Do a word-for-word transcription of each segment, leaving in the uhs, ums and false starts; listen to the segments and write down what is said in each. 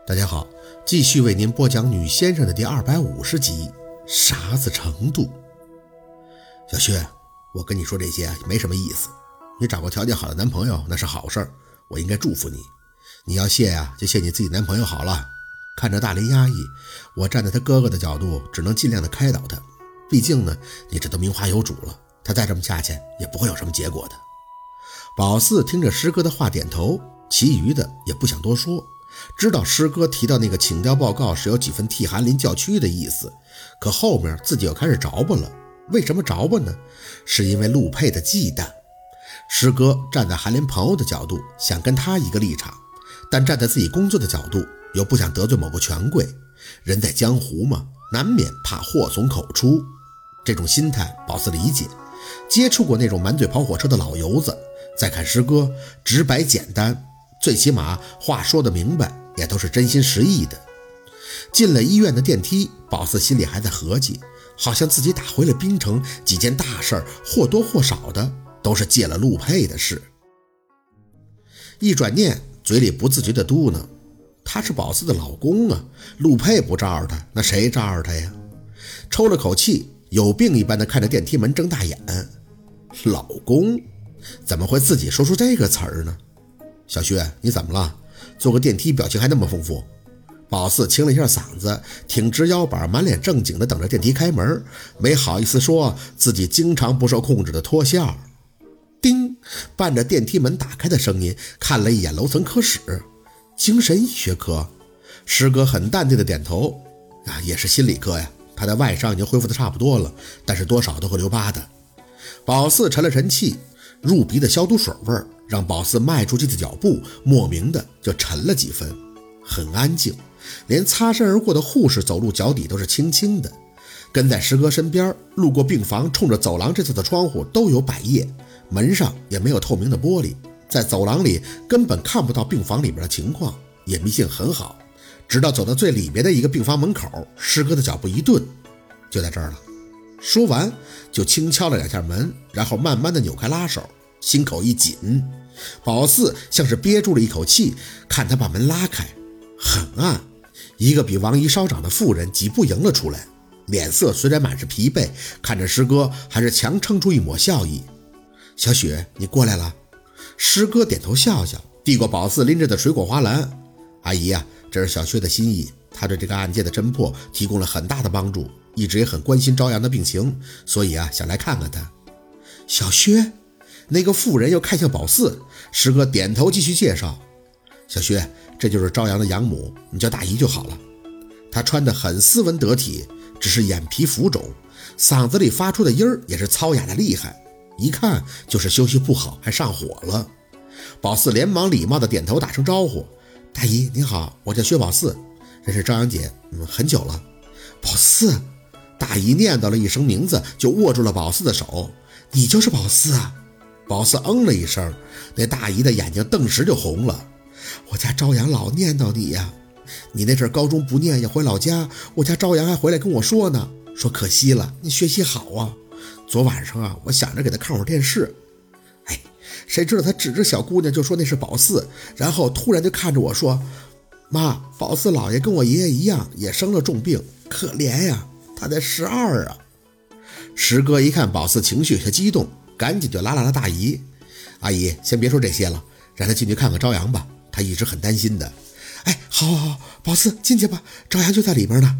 大家好，继续为您播讲女先生的第二百五十集，啥子程度。小薛，我跟你说这些没什么意思，你找个条件好的男朋友那是好事儿，我应该祝福你。你要谢啊，就谢你自己男朋友好了。看着大林压抑，我站在他哥哥的角度，只能尽量的开导他。毕竟呢，你这都名花有主了，他再这么下去也不会有什么结果的。宝四听着师哥的话点头，其余的也不想多说。知道师哥提到那个请调报告是有几分替韩林叫屈的意思，可后面自己又开始着吧了。为什么着吧呢？是因为陆佩的忌惮。师哥站在韩林朋友的角度，想跟他一个立场，但站在自己工作的角度，又不想得罪某个权贵。人在江湖嘛，难免怕祸从口出。这种心态宝四理解，接触过那种满嘴跑火车的老油子，再看师哥直白简单，最起码话说得明白，也都是真心实意的。进了医院的电梯，宝四心里还在合计，好像自己打回了滨城，几件大事或多或少的都是借了陆佩的事。一转念，嘴里不自觉地嘟囔，他是宝四的老公啊，陆佩不罩着他，那谁罩着他呀？抽了口气，有病一般的看着电梯门睁大眼。老公？怎么会自己说出这个词儿呢？小薛，你怎么了？坐个电梯表情还那么丰富。宝四清了一下嗓子，挺直腰板，满脸正经的等着电梯开门，没好意思说自己经常不受控制的脱笑。叮，伴着电梯门打开的声音，看了一眼楼层科室，精神医学科。师哥很淡定的点头，啊，也是心理科呀。他的外伤已经恢复的差不多了，但是多少都会留疤的。宝四沉了沉气，入鼻的消毒水味让宝四迈出去的脚步莫名的就沉了几分。很安静，连擦身而过的护士走路脚底都是轻轻的。跟在师哥身边，路过病房，冲着走廊这侧的窗户都有百叶，门上也没有透明的玻璃，在走廊里根本看不到病房里边的情况，隐秘性很好。直到走到最里面的一个病房门口，师哥的脚步一顿，就在这儿了。说完就轻敲了两下门，然后慢慢的扭开拉手，心口一紧。宝四像是憋住了一口气，看他把门拉开，很暗，一个比王姨稍长的妇人几步迎了出来，脸色虽然满是疲惫，看着师哥还是强撑出一抹笑意。小雪，你过来了。师哥点头笑笑，递过宝四拎着的水果花篮。阿姨啊，这是小薛的心意，他对这个案件的侦破提供了很大的帮助，一直也很关心朝阳的病情，所以啊，想来看看他。小薛？那个妇人又看向宝四，师哥点头继续介绍。小薛，这就是朝阳的养母，你叫大姨就好了。她穿得很斯文得体，只是眼皮浮肿，嗓子里发出的音儿也是糙哑的厉害，一看就是休息不好，还上火了。宝四连忙礼貌的点头打声招呼，大姨您好，我叫薛宝四，认识朝阳姐嗯很久了。宝四，大姨念叨了一声名字，就握住了宝四的手。你就是宝四啊？宝四嗯了一声，那大姨的眼睛顿时就红了。我家朝阳老念叨你呀，你那阵高中不念也回老家，我家朝阳还回来跟我说呢，说可惜了，你学习好啊。昨晚上啊，我想着给他看会儿电视，哎，谁知道他指着小姑娘就说那是宝四，然后突然就看着我说，妈，宝四姥爷跟我爷爷一样也生了重病，可怜呀，他才十二啊。师哥一看宝四情绪有些激动，赶紧就拉拉了大姨，阿姨先别说这些了，让他进去看看朝阳吧，他一直很担心的。哎，好好好，宝四进去吧，朝阳就在里面呢。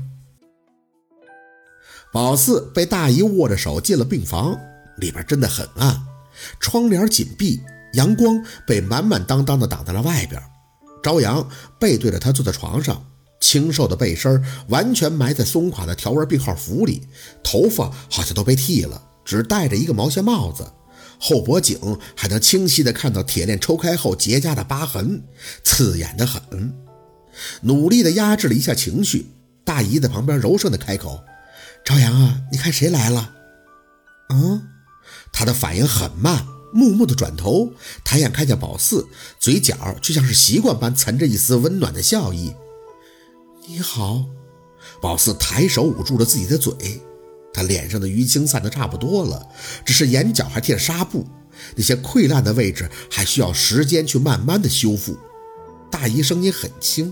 宝四被大姨握着手进了病房，里边真的很暗，窗帘紧闭，阳光被满满当当的挡在了外边。朝阳背对着他坐在床上，清瘦的背身完全埋在松垮的条纹病号服里，头发好像都被剃了，只戴着一个毛线帽子，后脖颈还能清晰地看到铁链抽开后结痂的疤痕，刺眼得很。努力地压制了一下情绪，大姨在旁边柔声地开口，朝阳啊，你看谁来了？嗯，他的反应很慢，木木地转头，抬眼看见宝四，嘴角却像是习惯般藏着一丝温暖的笑意。你好。宝四抬手捂住了自己的嘴，他脸上的淤青散得差不多了，只是眼角还贴着纱布，那些溃烂的位置还需要时间去慢慢的修复。大姨声音很轻，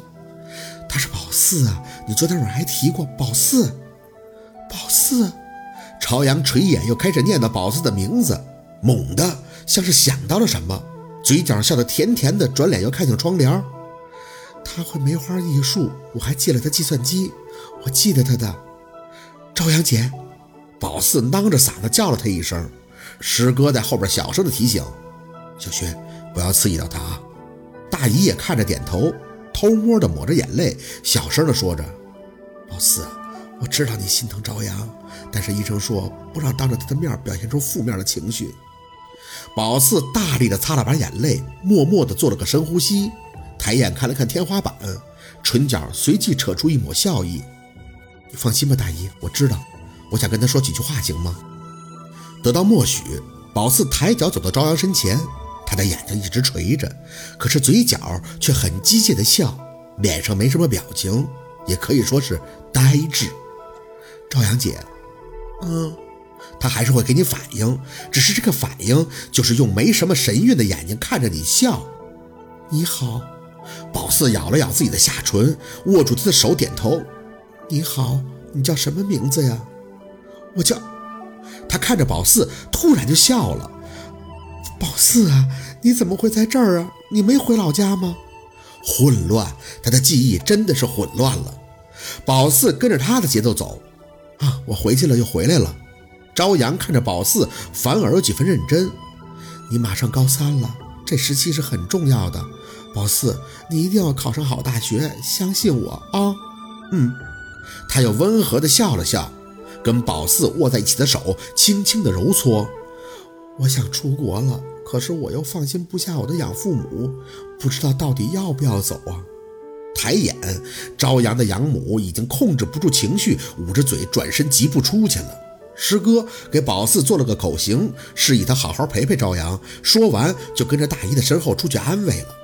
他是宝四啊，你昨天晚上还提过宝四。宝四。朝阳垂眼又开始念叨宝四的名字，猛地像是想到了什么，嘴角笑得甜甜的，转脸又看向窗帘。他会梅花易数，我还借了他计算机，我记得他的。朝阳姐，宝四囔着嗓子叫了他一声，师哥在后边小声的提醒：小薛，不要刺激到他啊。大姨也看着点头，偷摸的抹着眼泪，小声的说着：宝四，我知道你心疼朝阳，但是医生说不让当着他的面表现出负面的情绪。宝四大力的擦了把眼泪，默默的做了个深呼吸，抬眼看了看天花板，唇角随即扯出一抹笑意。你放心吧，大姨，我知道，我想跟他说几句话，行吗？得到默许，宝四抬脚走到朝阳身前，他的眼睛一直垂着，可是嘴角却很机械的笑，脸上没什么表情，也可以说是呆滞。朝阳姐，嗯，他还是会给你反应，只是这个反应就是用没什么神韵的眼睛看着你笑。你好。宝四咬了咬自己的下唇，握住他的手点头。你好，你叫什么名字呀？我叫……他看着宝四，突然就笑了。宝四啊，你怎么会在这儿啊？你没回老家吗？混乱，他的记忆真的是混乱了。宝四跟着他的节奏走。啊，我回去了又回来了。朝阳看着宝四，反而有几分认真。你马上高三了，这时期是很重要的。宝四，你一定要考上好大学，相信我啊。嗯。他又温和地笑了笑，跟宝四握在一起的手轻轻地揉搓。我想出国了，可是我又放心不下我的养父母，不知道到底要不要走啊。抬眼，朝阳的养母已经控制不住情绪，捂着嘴转身疾步出去了。师哥给宝四做了个口型，示意他好好陪陪朝阳，说完就跟着大姨的身后出去安慰了。